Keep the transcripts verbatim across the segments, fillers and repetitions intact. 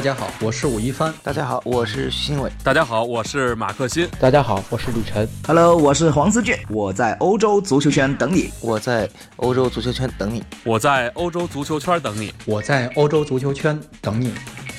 大家好，我是武一帆。 大家好，我是徐新伟。 大家好，我是马克新。 大家好，我是李晨。 Hello， 我是黄思俊，我在欧洲足球圈等你。 我在欧洲足球圈等你。 我在欧洲足球圈等你。 我在欧洲足球圈等你。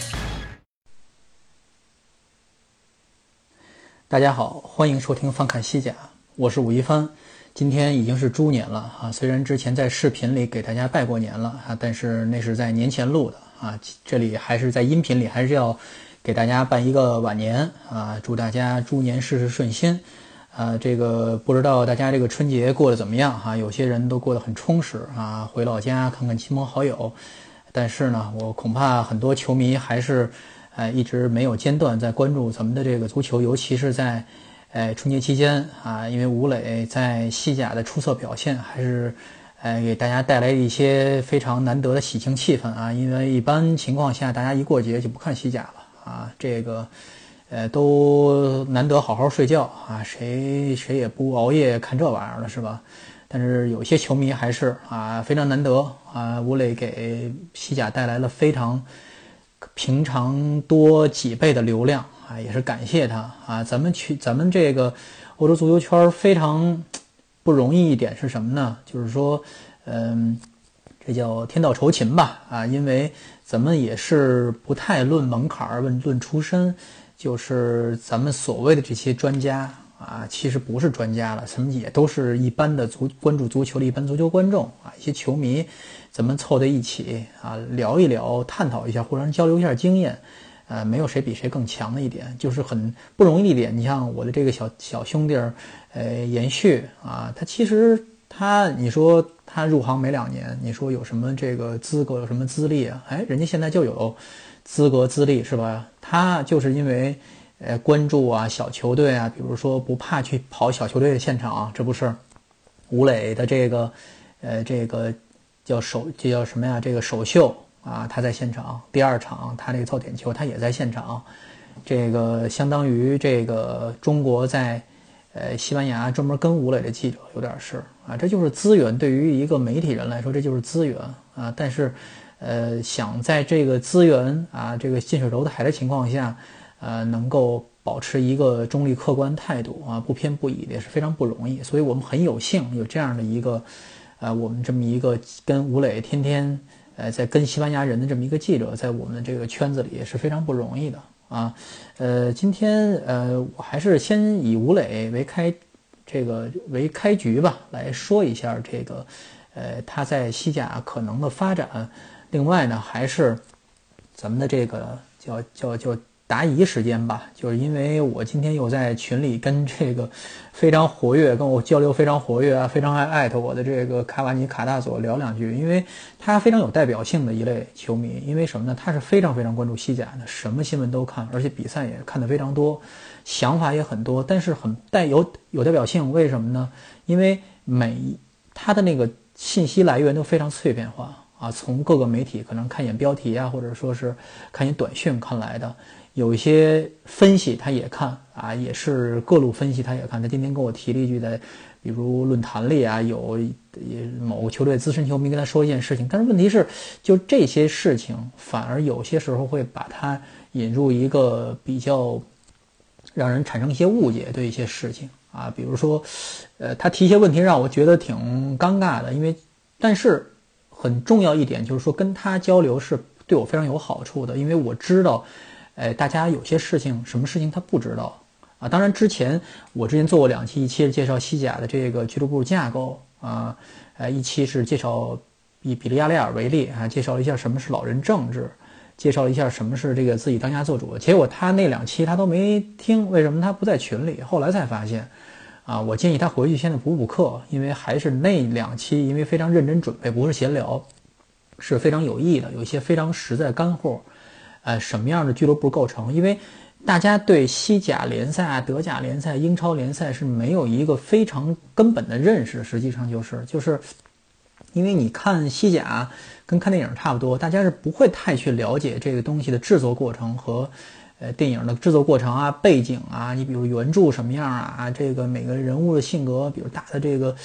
大家好，欢迎收听翻看西甲，我是武一帆。今天已经是猪年了啊，虽然之前在视频里给大家拜过年了啊，但是那是在年前录的啊，这里还是在音频里还是要给大家办一个晚年啊，祝大家猪年事事顺心啊。这个不知道大家这个春节过得怎么样啊？有些人都过得很充实啊，回老家看看亲朋好友，但是呢，我恐怕很多球迷还是呃一直没有间断在关注咱们的这个足球，尤其是在呃春节期间啊，因为吴磊在西甲的出色表现，还是呃给大家带来一些非常难得的喜庆气氛啊。因为一般情况下，大家一过节就不看西甲了啊，这个呃都难得好好睡觉啊，谁谁也不熬夜看这玩意儿了，是吧？但是有些球迷还是啊非常难得啊，吴磊给西甲带来了非常平常多几倍的流量啊，也是感谢他啊。咱们去咱们这个欧洲足球圈非常不容易一点是什么呢？就是说，嗯，这叫天道酬勤吧啊，因为咱们也是不太论门槛论论出身，就是咱们所谓的这些专家啊，其实不是专家了，咱们也都是一般的足关注足球的一般足球观众啊，一些球迷。咱们凑在一起啊，聊一聊，探讨一下，互相交流一下经验，呃，没有谁比谁更强的一点，就是很不容易的一点。你像我的这个小小兄弟儿，呃，延续啊，他其实他，你说他入行没两年，你说有什么这个资格，有什么资历啊？哎，人家现在就有资格资历是吧？他就是因为呃关注啊小球队啊，比如说不怕去跑小球队的现场，这不是吴磊的这个呃这个。叫首这叫什么呀？这个首秀啊，他在现场。第二场他这个造点球，他也在现场。这个相当于这个中国在呃西班牙专门跟吴磊的记者有点是啊，这就是资源。对于一个媒体人来说，这就是资源啊。但是呃，想在这个资源啊这个近水楼台的情况下，呃，能够保持一个中立客观态度啊，不偏不倚的也是非常不容易。所以我们很有幸有这样的一个。呃，我们这么一个跟吴磊天天呃在跟西班牙人的这么一个记者，在我们的这个圈子里也是非常不容易的啊。呃，今天呃我还是先以吴磊为开这个为开局吧，来说一下这个呃他在西甲可能的发展。另外呢，还是咱们的这个叫叫叫。答疑时间吧，就是因为我今天又在群里跟这个非常活跃，跟我交流非常活跃啊，非常爱艾特我的这个卡瓦尼卡大佐聊两句，因为他非常有代表性的一类球迷，因为什么呢？他是非常非常关注西甲的，什么新闻都看，而且比赛也看得非常多，想法也很多，但是很带有有代表性。为什么呢？因为每他的那个信息来源都非常碎片化啊，从各个媒体可能看一眼标题啊，或者说是看一眼短讯看来的。有一些分析他也看啊，也是各路分析他也看。他今天跟我提了一句，在比如论坛里啊，有某个球队资深球迷跟他说一件事情，但是问题是，就这些事情反而有些时候会把他引入一个比较让人产生一些误解对一些事情啊，比如说，呃，他提一些问题让我觉得挺尴尬的，因为但是很重要一点就是说跟他交流是对我非常有好处的，因为我知道。哎，大家有些事情，什么事情他不知道啊？当然，之前我之前做过两期，一期是介绍西甲的这个俱乐部架构啊，呃，一期是介绍以比利亚雷尔为例啊，介绍了一下什么是老人政治，介绍了一下什么是这个自己当家做主。结果他那两期他都没听，为什么他不在群里？后来才发现，啊，我建议他回去现在补补课，因为还是那两期，因为非常认真准备，不是闲聊，是非常有益的，有一些非常实在干货。呃，什么样的俱乐部构成？因为大家对西甲联赛啊、德甲联赛、英超联赛是没有一个非常根本的认识，实际上就是就是，因为你看西甲跟看电影差不多，大家是不会太去了解这个东西的制作过程和呃电影的制作过程啊、背景啊，你比如原著什么样啊，这个每个人物的性格，比如打的这个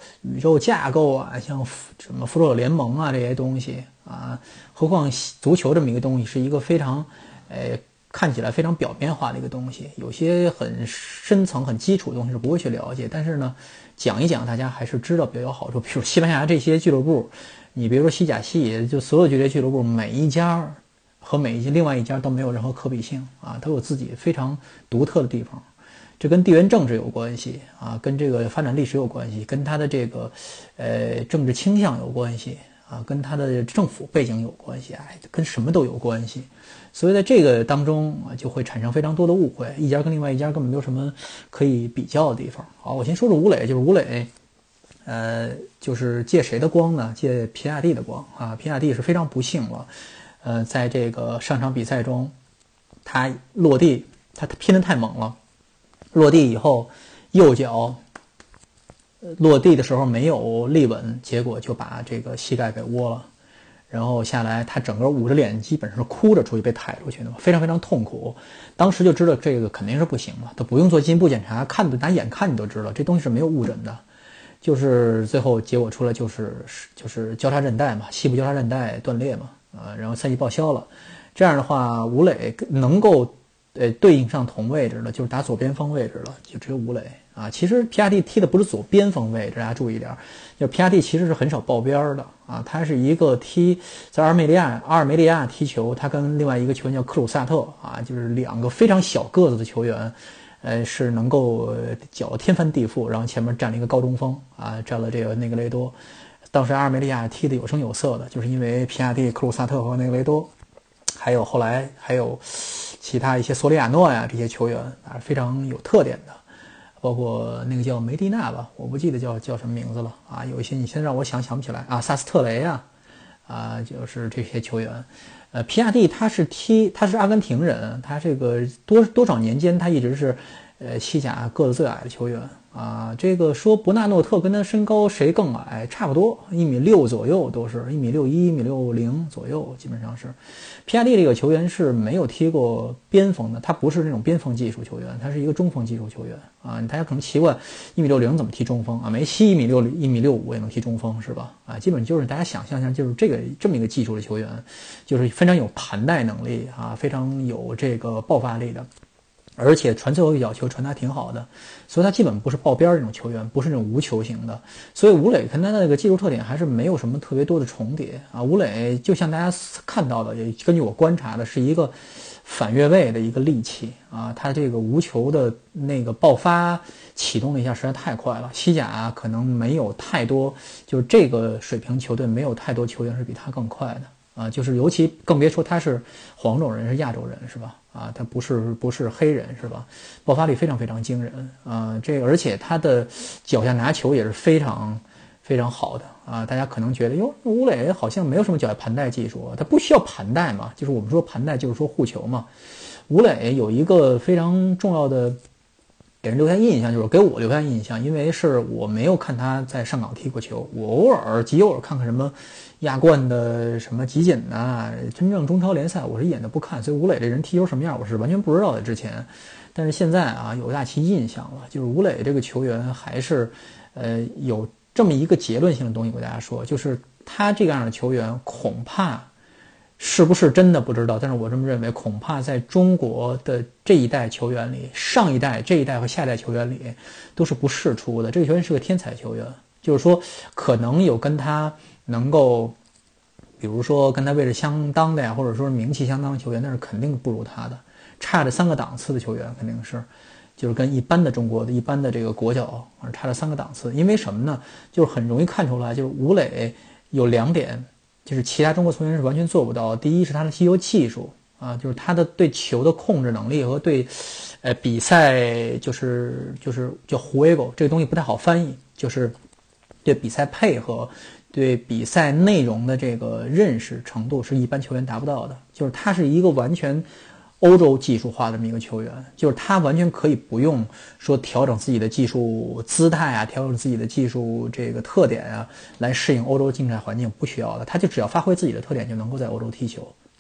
宇宙架构啊，像什么复仇者联盟啊这些东西啊，何况足球这么一个东西是一个非常，呃，看起来非常表面化的一个东西，有些很深层、很基础的东西是不会去了解，但是呢，讲一讲大家还是知道比较有好处。比如西班牙这些俱乐部，你比如说西甲、西乙，就所有这些俱乐部，每一家和每一另外一家都没有任何可比性啊，都有自己非常独特的地方。这跟地缘政治有关系啊，跟这个发展历史有关系，跟他的这个呃政治倾向有关系啊，跟他的政府背景有关系，哎，跟什么都有关系。所以在这个当中啊，就会产生非常多的误会，一家跟另外一家根本没有什么可以比较的地方。好，我先说说吴磊，就是吴磊。呃，就是借谁的光呢？借皮亚蒂的光啊！皮亚蒂是非常不幸了，呃，在这个上场比赛中，他落地，他拼得太猛了，落地以后右脚落地的时候没有立稳，结果就把这个膝盖给窝了，然后下来他整个捂着脸，基本上是哭着出去被抬出去的嘛，非常非常痛苦。当时就知道这个肯定是不行了，都不用做进一步检查，看拿眼看你都知道这东西是没有误诊的。就是最后结果出来就是就是交叉韧带嘛，膝部交叉韧带断裂嘛，啊，然后赛季报销了。这样的话，吴磊能够呃对应上同位置的，就是打左边锋位置了，就只有吴磊啊。其实皮亚蒂踢的不是左边锋位置，大家注意一点，就皮亚蒂其实是很少抱边的啊，他是一个踢在阿尔梅利亚阿尔梅利亚踢球，他跟另外一个球员叫克鲁萨特啊，就是两个非常小个子的球员。呃，是能够搅天翻地覆，然后前面站了一个高中锋啊，站了这个内格雷多。当时阿尔梅利亚踢得有声有色的，就是因为皮亚蒂、克鲁萨特和内格雷多，还有后来还有其他一些索里亚诺呀这些球员啊，非常有特点的，包括那个叫梅蒂娜吧，我不记得叫叫什么名字了啊。有一些你现在让我想想不起来啊，萨斯特雷啊，啊，就是这些球员。呃，皮亚蒂他是踢，他是阿根廷人，他这个多多少年间他一直是，呃，西甲个子最矮的球员啊。这个说伯纳诺特跟他身高谁更矮，差不多，一米六左右，都是一米六一、一米六零左右，基本上是。皮亚蒂这个球员是没有踢过边锋的，他不是那种边锋技术球员，他是一个中锋技术球员啊。大家可能奇怪，一米六零怎么踢中锋啊？梅西一米六一米六五也能踢中锋是吧？啊，基本就是大家想象一下，就是这个这么一个技术的球员，就是非常有盘带能力啊，非常有这个爆发力的。而且传最后一脚球传达挺好的，所以他基本不是抱边这种球员，不是那种无球型的。所以吴磊跟他的那个技术特点还是没有什么特别多的重叠啊。吴磊就像大家看到的，也根据我观察的，是一个反越位的一个利器啊。他这个无球的那个爆发启动了一下，实在太快了。西甲可能没有太多，就是这个水平球队没有太多球员是比他更快的。啊，就是尤其更别说他是黄种人，是亚洲人，是吧？啊，他不是不是黑人，是吧？爆发力非常非常惊人啊！这个而且他的脚下拿球也是非常非常好的啊！大家可能觉得哟，吴磊好像没有什么脚下盘带技术，他不需要盘带嘛？就是我们说盘带就是说护球嘛。吴磊有一个非常重要的给人留下印象，就是给我留下印象，因为是我没有看他在上港踢过球，我偶尔极偶尔看看什么亚冠的什么集锦呐，真正中超联赛我是一眼都不看，所以吴磊这人踢球什么样我是完全不知道的之前。但是现在啊有大其印象了，就是吴磊这个球员还是呃有这么一个结论性的东西给大家说，就是他这样的球员恐怕是不是真的不知道，但是我这么认为，恐怕在中国的这一代球员里，上一代、这一代和下一代球员里都是不世出的。这个球员是个天才球员，就是说可能有跟他能够比如说跟他位置相当的呀，或者说名气相当的球员，那是肯定不如他的，差着三个档次的球员肯定是，就是跟一般的中国的一般的这个国脚差了三个档次。因为什么呢？就是很容易看出来，就是吴磊有两点，就是其他中国球员是完全做不到。第一是他的踢球技术啊，就是他的对球的控制能力和对，呃，比赛就是就是叫 juego 这个东西不太好翻译，就是对比赛配合。对比赛内容的这个认识程度是一般球员达不到的，就是他是一个完全欧洲技术化的这么一个球员，就是他完全可以不用说调整自己的技术姿态啊，调整自己的技术这个特点啊，来适应欧洲竞赛环境，不需要的，他就只要发挥自己的特点就能够在欧洲踢球，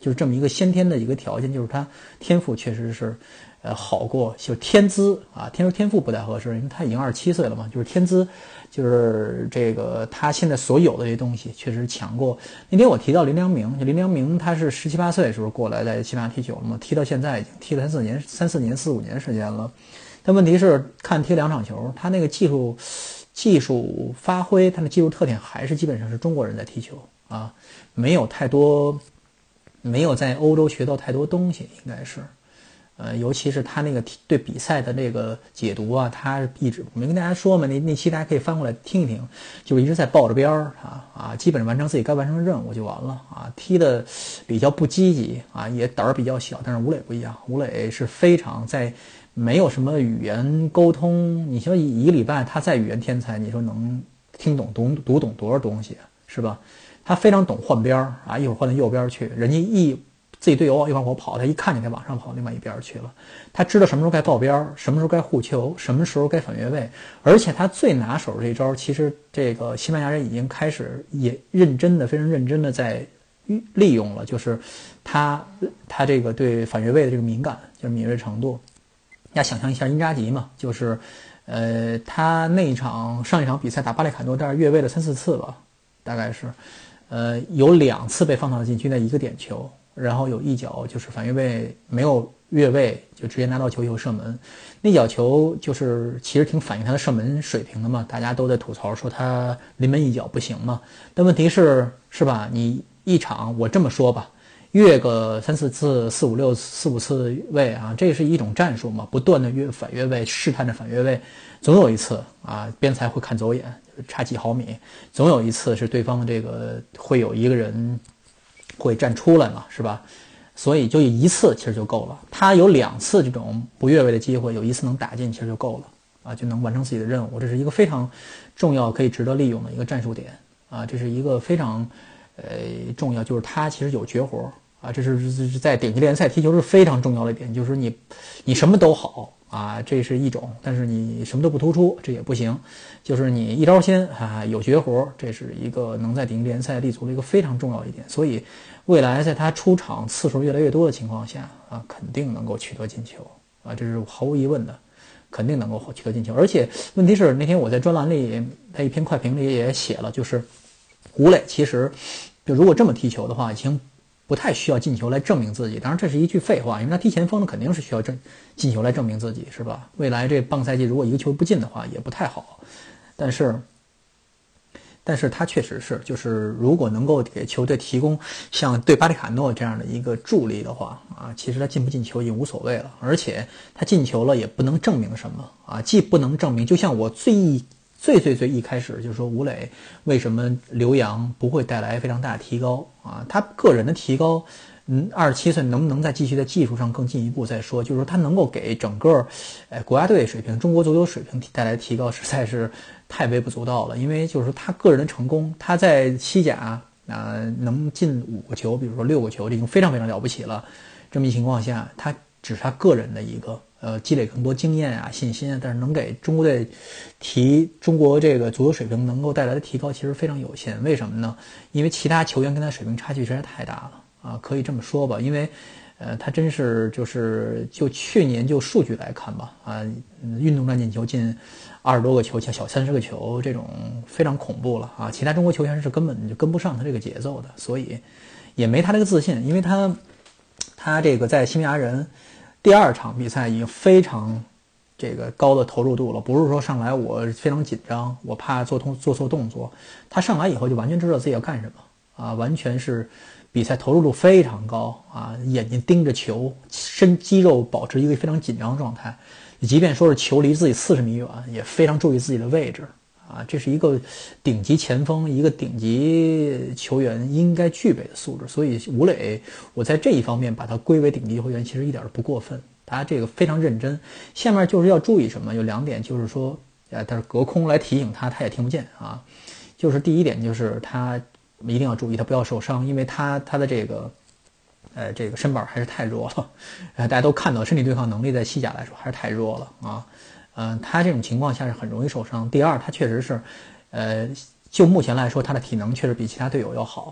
就是这么一个先天的一个条件，就是他天赋确实是，呃，好过就天资啊，天说天赋不太合适，因为他已经二十七岁了嘛，就是天资，就是这个他现在所有的这些东西确实强过。那天我提到林良铭，就林良铭他是十七八岁的时候过来在西班牙踢球了嘛，踢到现在已经踢了三四年、三四年、四五年时间了。但问题是看踢两场球，他那个技术、技术发挥，他的技术特点还是基本上是中国人在踢球啊，没有太多。没有在欧洲学到太多东西，应该是，呃，尤其是他那个对比赛的那个解读啊，他一直我没跟大家说嘛，那那期大家可以翻过来听一听，就是一直在抱着边儿啊啊，基本上完成自己该完成的任务就完了啊，踢的比较不积极啊，也胆儿比较小，但是吴磊不一样，吴磊是非常在没有什么语言沟通，你说一个礼拜他在语言天才，你说能听懂读读懂多少东西啊，是吧？他非常懂换边儿啊，一会儿换到右边去，人家一自己队友一会儿我跑，他一看见他往上跑，另外一边去了。他知道什么时候该抱边，什么时候该护球，什么时候该反越位。而且他最拿手这招，其实这个西班牙人已经开始也认真的、非常认真的在利用了，就是他他这个对反越位的这个敏感，就是敏锐程度。大家想象一下因扎吉嘛，就是呃他那一场上一场比赛打巴列坎诺，但是越位了三四次吧，大概是。呃，有两次被放到了禁区的一个点球，然后有一脚就是反越位没有越位，就直接拿到球以后射门。那脚球就是其实挺反映他的射门水平的嘛，大家都在吐槽说他临门一脚不行嘛。但问题是，是吧？你一场我这么说吧，越个三四次、四五六、四五次位啊，这是一种战术嘛，不断的越反越位，试探着反越位，总有一次啊，边裁会看走眼。差几毫米，总有一次是对方的这个会有一个人会站出来嘛，是吧？所以就一次其实就够了。他有两次这种不越位的机会，有一次能打进，其实就够了啊，就能完成自己的任务。这是一个非常重要、可以值得利用的一个战术点啊，这是一个非常呃重要，就是他其实有绝活啊，这是在顶级联赛踢球是非常重要的一点，就是你你什么都好。啊，这是一种，但是你什么都不突出，这也不行。就是你一招鲜啊，有绝活，这是一个能在顶级联赛立足的一个非常重要的一点。所以，未来在他出场次数越来越多的情况下啊，肯定能够取得进球啊，这是毫无疑问的，肯定能够取得进球。而且问题是，那天我在专栏里，在一篇快评里也写了，就是吴磊其实就如果这么踢球的话，已经不太需要进球来证明自己，当然这是一句废话，因为他踢前锋的肯定是需要证进球来证明自己，是吧？未来这半个赛季如果一个球不进的话，也不太好。但是，但是他确实是，就是如果能够给球队提供像对巴里卡诺这样的一个助力的话啊，其实他进不进球已经无所谓了，而且他进球了也不能证明什么啊，既不能证明，就像我最最最最一开始就是说吴磊为什么留洋不会带来非常大的提高啊？他个人的提高，嗯，二十七岁能不能再继续在技术上更进一步再说？就是说他能够给整个，呃，国家队水平、中国足球水平带来提高，实在是太微不足道了。因为就是说他个人的成功，他在西甲啊、呃、能进五个球，比如说六个球，这已经非常非常了不起了。这么一情况下，他只是他个人的一个。呃，积累更多经验啊、信心啊，但是能给中国队提中国这个足球水平能够带来的提高，其实非常有限。为什么呢？因为其他球员跟他水平差距实在太大了啊，可以这么说吧。因为，呃，他真是就是就去年就数据来看吧，啊，运动战进球进二十多个球，像小三十个球，这种非常恐怖了啊。其他中国球员是根本就跟不上他这个节奏的，所以也没他这个自信，因为他他这个在西班牙人。第二场比赛已经非常这个高的投入度了，不是说上来我非常紧张，我怕做通做错动作。他上来以后就完全知道自己要干什么啊，完全是比赛投入度非常高啊，眼睛盯着球，身肌肉保持一个非常紧张的状态。即便说是球离自己四十米远，也非常注意自己的位置啊，这是一个顶级前锋，一个顶级球员应该具备的素质。所以吴磊，我在这一方面把他归为顶级球员，其实一点都不过分。他这个非常认真。下面就是要注意什么？有两点，就是说，呃，但是隔空来提醒他，他也听不见啊。就是第一点，就是他一定要注意，他不要受伤，因为他他的这个，呃，这个身板还是太弱了。呃，大家都看到身体对抗能力在西甲来说还是太弱了啊。嗯、呃，他这种情况下是很容易受伤。第二，他确实是，呃，就目前来说，他的体能确实比其他队友要好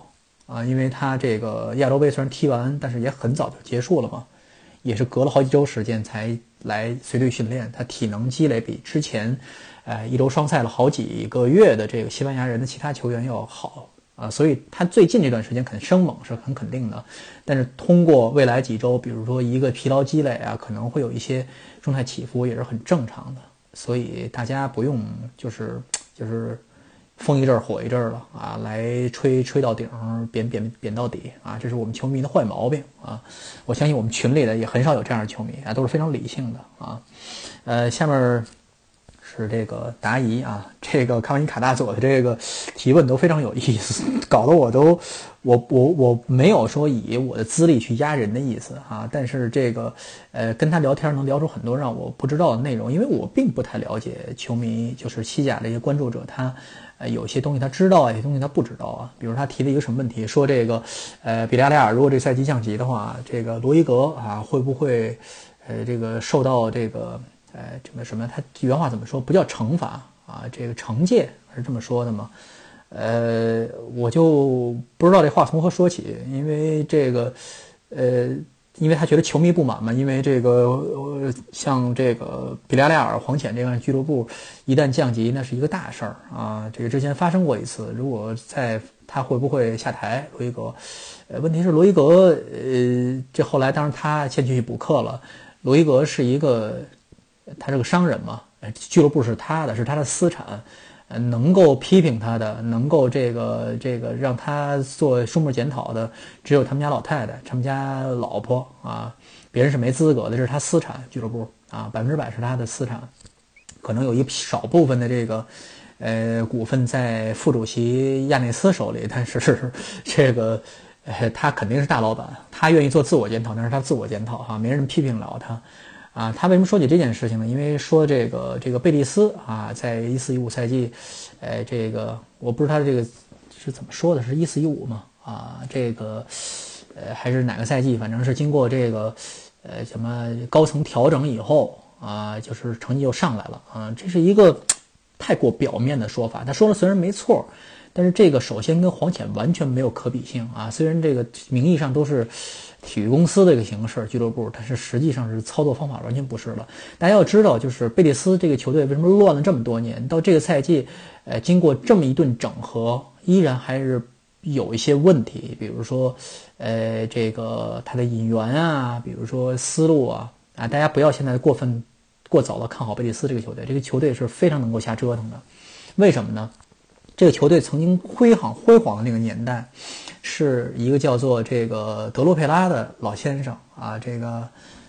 啊，因为他这个亚洲杯虽然踢完，但是也很早就结束了嘛，也是隔了好几周时间才来随队训练，他体能积累比之前，呃，一周双赛了好几个月的这个西班牙人的其他球员要好啊，所以他最近这段时间肯生猛是很肯定的，但是通过未来几周，比如说一个疲劳积累啊，可能会有一些状态起伏，也是很正常的，所以大家不用就是就是风一阵火一阵了啊，来吹吹到顶，扁扁扁到底啊，这是我们球迷的坏毛病啊！我相信我们群里的也很少有这样的球迷啊，都是非常理性的啊。呃，下面是这个答疑啊，这个看完你卡大佐的这个提问都非常有意思，搞得我都我我我没有说以我的资历去压人的意思啊，但是这个呃跟他聊天能聊出很多让我不知道的内容，因为我并不太了解球迷，就是西甲的一些关注者，他呃有些东西他知道啊，有些东西他不知道啊。比如他提了一个什么问题，说这个呃比利亚雷亚尔如果这赛季降级的话，这个罗伊格啊会不会呃这个受到这个呃这个什么，他原话怎么说？不叫惩罚啊，这个惩戒是这么说的吗？呃，我就不知道这话从何说起，因为这个，呃，因为他觉得球迷不满嘛，因为这个，呃、像这个比利亚雷亚尔、黄潜这样俱乐部一旦降级，那是一个大事儿啊。这个之前发生过一次，如果在他会不会下台？罗伊格，呃，问题是罗伊格，呃，这后来当然他先去补课了。罗伊格是一个，他是个商人嘛，俱乐部是他的，是他的私产。能够批评他的，能够这个这个让他做书面检讨的，只有他们家老太太，他们家老婆啊，别人是没资格的，这是他私产俱乐部啊，百分之百是他的私产，可能有一少部分的这个呃股份在副主席亚内斯手里，但是这个呃他肯定是大老板，他愿意做自我检讨，那是他自我检讨哈，没人批评了他。啊，他为什么说起这件事情呢？因为说这个这个贝蒂斯啊，在一四一五赛季，呃，这个我不知道他这个是怎么说的，是一四一五吗？啊，这个呃还是哪个赛季？反正是经过这个呃什么高层调整以后啊，就是成绩又上来了啊，这是一个太过表面的说法。他说的虽然没错，但是这个首先跟黄潜完全没有可比性啊，虽然这个名义上都是体育公司的一个形式俱乐部，但是实际上是操作方法完全不是了。大家要知道，就是贝蒂斯这个球队为什么乱了这么多年，到这个赛季呃经过这么一顿整合，依然还是有一些问题，比如说呃这个他的引援啊，比如说思路啊啊，大家不要现在过分过早的看好贝蒂斯这个球队，这个球队是非常能够瞎折腾的。为什么呢？这个球队曾经辉煌辉煌的那个年代，是一个叫做这个德罗佩拉的老先生啊，这个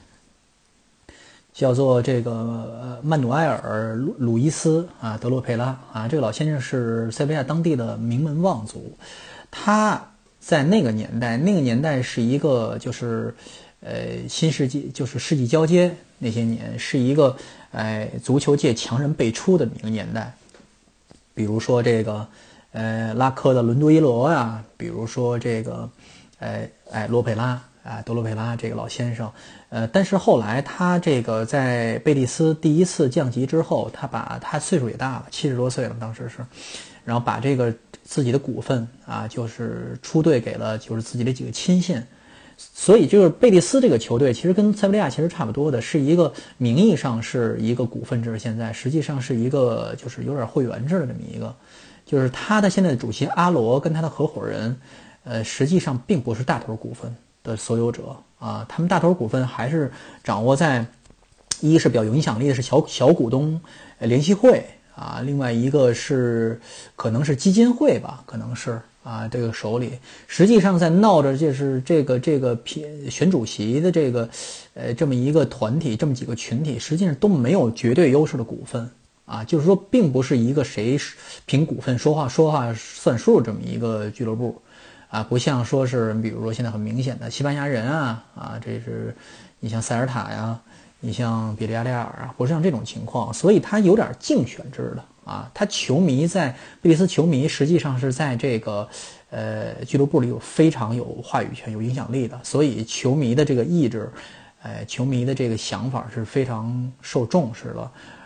叫做这个呃曼努埃尔·鲁伊斯啊，德罗佩拉啊，这个老先生是塞维亚当地的名门望族。他在那个年代，那个年代是一个就是呃新世纪，就是世纪交接那些年，是一个哎足球界强人辈出的一个年代。比如说这个，呃，拉科的伦多伊罗呀，比如说这个，呃，哎，罗佩拉啊，德罗佩拉这个老先生，呃，但是后来他这个在贝蒂斯第一次降级之后，他把他岁数也大了，七十多岁了，当时是，然后把这个自己的股份啊，就是出队给了就是自己的几个亲信。所以就是贝蒂斯这个球队其实跟塞维利亚其实差不多的，是一个名义上是一个股份制，现在实际上是一个就是有点会员制的这么一个，就是他的现在的主席阿罗跟他的合伙人，呃，实际上并不是大头股份的所有者啊，他们大头股份还是掌握在，一是比较有影响力的是小小股东联席会啊，另外一个是可能是基金会吧，可能是。啊，这个手里实际上在闹着，就是这个这个选主席的这个，呃，这么一个团体，这么几个群体，实际上都没有绝对优势的股份啊，就是说，并不是一个谁凭股份说话说话算数这么一个俱乐部啊，不像说是，比如说现在很明显的西班牙人啊啊，这是你像塞尔塔呀，你像比利亚雷亚尔啊，不是像这种情况，所以他有点竞选制的。啊，他球迷在贝蒂斯球迷实际上是在这个呃俱乐部里有非常有话语权、有影响力的，所以球迷的这个意志，呃，球迷的这个想法是非常受重视的。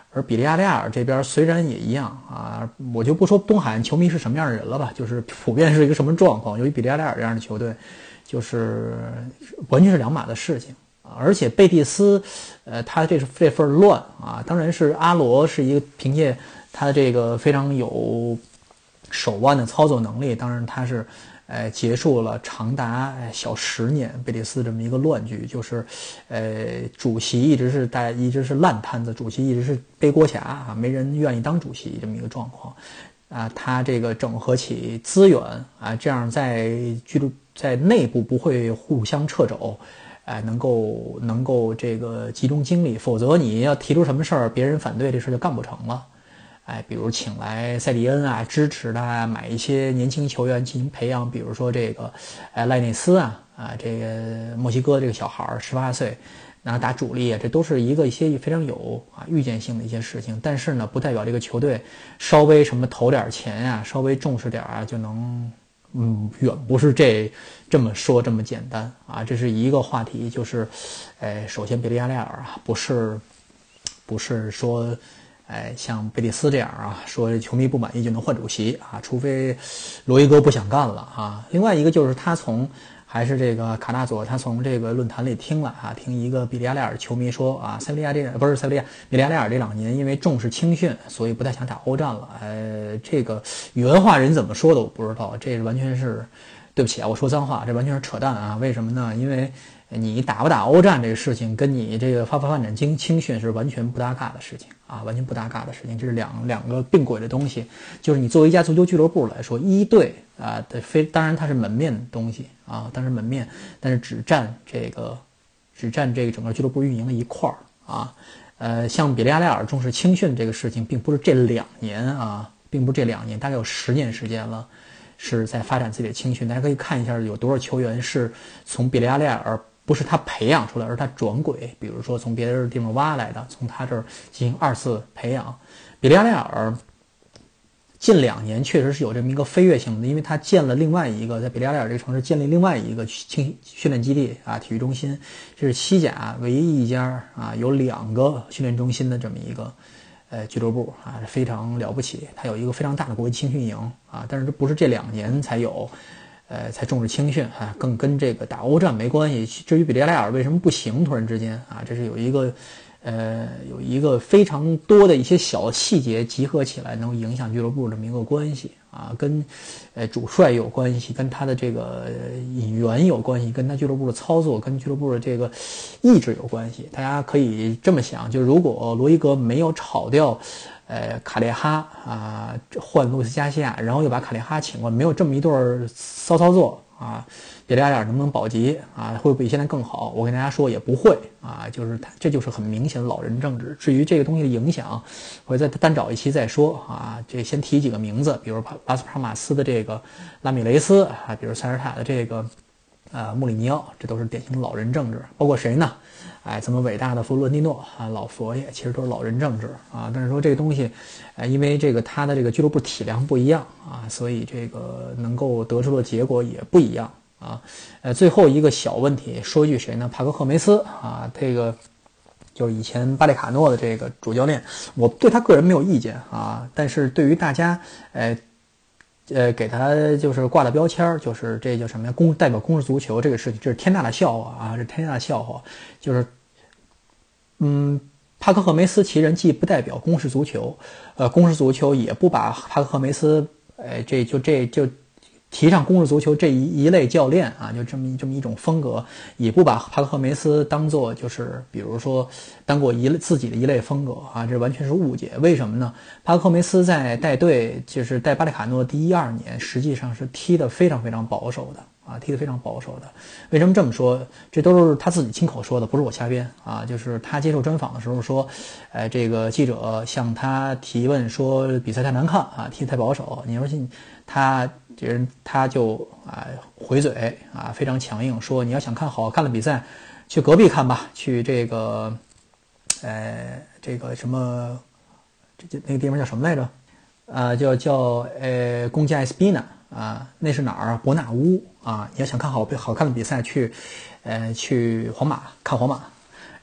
而比利亚雷亚尔这边虽然也一样啊，我就不说东海岸球迷是什么样的人了吧，就是普遍是一个什么状况。由于比利亚雷亚尔这样的球队，就是完全是两码的事情。而且贝蒂斯，呃，他这是这份乱啊，当然是阿罗是一个凭借他的这个非常有手腕的操作能力，当然他是。呃，结束了长达小十年贝蒂斯这么一个乱局，就是，呃，主席一直是大一直是烂摊子，主席一直是背锅侠啊，没人愿意当主席这么一个状况，啊，他这个整合起资源啊，这样在俱乐在内部不会互相掣肘，哎、呃，能够能够这个集中精力，否则你要提出什么事儿，别人反对这事就干不成了。哎，比如请来塞蒂恩啊，支持他买一些年轻球员进行培养，比如说这个，哎赖内斯啊，啊这个墨西哥这个小孩十八岁，那打主力啊，这都是一个一些非常有啊预见性的一些事情。但是呢，不代表这个球队稍微什么投点钱啊，稍微重视点啊，就能，嗯，远不是这这么说这么简单啊。这是一个话题，就是，哎，首先比利亚雷亚尔啊，不是，不是说。哎，像贝蒂斯这样啊，说球迷不满意就能换主席啊，除非罗伊戈不想干了啊。另外一个就是他从还是这个卡纳佐，他从这个论坛里听了啊，听一个比利亚雷尔球迷说啊，塞维利亚这不是塞维利亚，比利亚雷尔这两年因为重视青训，所以不太想打欧战了。呃，这个语文化人怎么说的我不知道，这完全是对不起啊，我说脏话，这完全是扯淡啊。为什么呢？因为你打不打欧战这个事情，跟你这个发发发展青青训是完全不搭嘎的事情啊，完全不搭嘎的事情，这是两两个并轨的东西。就是你作为一家足球俱乐部来说，一队啊的非当然它是门面的东西啊，当然门面，但是只占这个只占这个整个俱乐部运营的一块儿啊。呃，像比利亚雷尔重视青训这个事情，并不是这两年啊，并不是这两年，大概有十年时间了。是在发展自己的青训，大家可以看一下有多少球员是从比利亚雷尔不是他培养出来，而他转轨，比如说从别的地方挖来的，从他这儿进行二次培养。比利亚雷尔近两年确实是有这么一个飞跃性的，因为他建了另外一个在比利亚雷尔这个城市建立另外一个青训练基地啊，体育中心，这是西甲唯一一家啊有两个训练中心的这么一个。呃，俱乐部啊，非常了不起，它有一个非常大的国际青训营啊，但是这不是这两年才有，呃，才重视青训啊，更跟这个打欧战没关系。至于比利亚雷尔为什么不行，突然之间啊，这是有一个，呃，有一个非常多的一些小细节集合起来，能够影响俱乐部这么一个关系啊，跟呃主帅有关系，跟他的这个引援有关系，跟他俱乐部的操作，跟俱乐部的这个意志有关系。大家可以这么想，就如果罗伊格没有炒掉呃卡列哈啊，换路易斯加西亚，然后又把卡列哈请过来，没有这么一段骚操作啊，比利亚雷尔能不能保级啊？会不会比现在更好？我跟大家说也不会啊，就是他这就是很明显的老人政治。至于这个东西的影响，我再单找一期再说啊。这先提几个名字，比如巴巴斯帕马斯的这个拉米雷斯啊，比如塞尔塔的这个呃穆里尼奥，这都是典型的老人政治。包括谁呢？哎，这么伟大的弗洛蒂诺啊，老佛爷，其实都是老人政治啊。但是说这个东西，呃，因为这个他的这个俱乐部体量不一样啊，所以这个能够得出的结果也不一样啊。呃，最后一个小问题，说一句谁呢？帕克赫梅斯啊，这个就是以前巴列卡诺的这个主教练，我对他个人没有意见啊，但是对于大家，呃。呃，给他就是挂的标签，就是这叫什么呀？公代表公式足球这个事情，这是天大的笑话啊！这天大的笑话，就是，嗯，帕克赫梅斯其人既不代表公式足球，呃，公式足球也不把帕克赫梅斯，呃，这就这就提倡公式足球这一一类教练啊，就这么这么一种风格，也不把帕克赫梅斯当做就是比如说当过一自己的一类风格啊，这完全是误解。为什么呢？帕克赫梅斯在带队就是带巴列卡诺第一二年，实际上是踢得非常非常保守的啊，踢得非常保守的。为什么这么说？这都是他自己亲口说的，不是我瞎编啊。就是他接受专访的时候说，呃，这个记者向他提问说比赛太难看啊，踢得太保守。你说信他？这人他就啊回嘴啊非常强硬，说你要想看好看的比赛，去隔壁看吧，去这个，呃这个什么，这那个地方叫什么来着？啊叫叫呃公加埃斯比纳啊，那是哪儿啊？伯纳乌啊，你要想看好好看的比赛，去呃去皇马看皇马。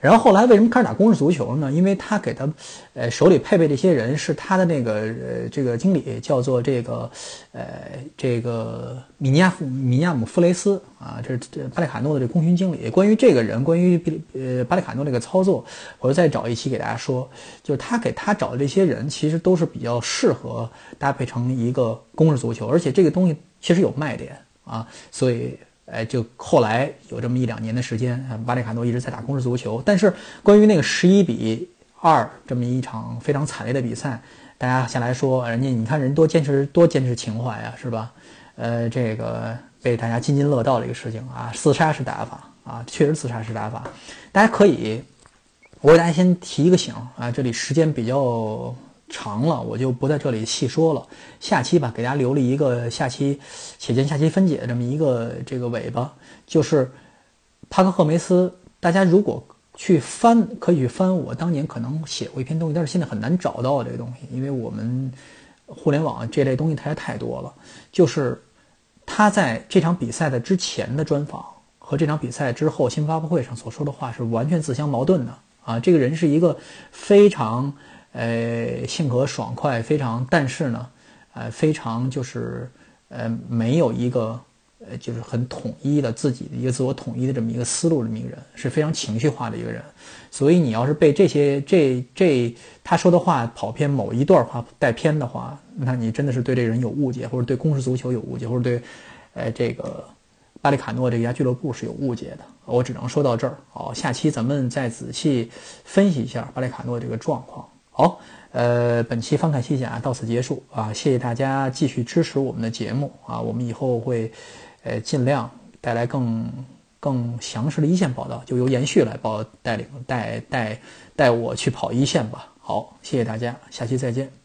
然后后来为什么开始打公式足球呢？因为他给他，呃，手里配备这些人是他的那个呃这个经理叫做这个，呃这个米尼亚夫米尼亚姆·弗雷斯啊，这是这巴里卡诺的这个功勋经理。关于这个人，关于呃巴里卡诺这个操作，我再找一期给大家说。就是他给他找的这些人，其实都是比较适合搭配成一个公式足球，而且这个东西其实有卖点啊，所以。哎，就后来有这么一两年的时间，巴里卡诺一直在打公式足球。但是关于那个十一比二这么一场非常惨烈的比赛，大家下来说，人家你看人多坚持多坚持情怀啊，是吧？呃，这个被大家津津乐道的一个事情啊，自杀式打法啊，确实自杀式打法。大家可以，我给大家先提一个醒啊，这里时间比较长了，我就不在这里细说了。下期吧，给大家留了一个下期且见下期分解的这么一个这个尾巴，就是帕克赫梅斯。大家如果去翻，可以去翻我当年可能写过一篇东西，但是现在很难找到这个东西，因为我们互联网这类东西太太多了。就是他在这场比赛的之前的专访和这场比赛之后新闻发布会上所说的话是完全自相矛盾的啊！这个人是一个非常。呃，性格爽快，非常，但是呢，呃，非常就是呃，没有一个呃，就是很统一的自己的一个自我统一的这么一个思路的这么一个人，是非常情绪化的一个人。所以你要是被这些这这他说的话跑偏某一段话带偏的话，那你真的是对这个人有误解，或者对公式足球有误解，或者对呃这个巴里卡诺这家俱乐部是有误解的。我只能说到这儿。好，下期咱们再仔细分析一下巴里卡诺这个状况。好，呃，本期翻看西甲到此结束啊！谢谢大家继续支持我们的节目啊！我们以后会，呃，尽量带来更更详实的一线报道，就由延续来报带领带带带我去跑一线吧。好，谢谢大家，下期再见。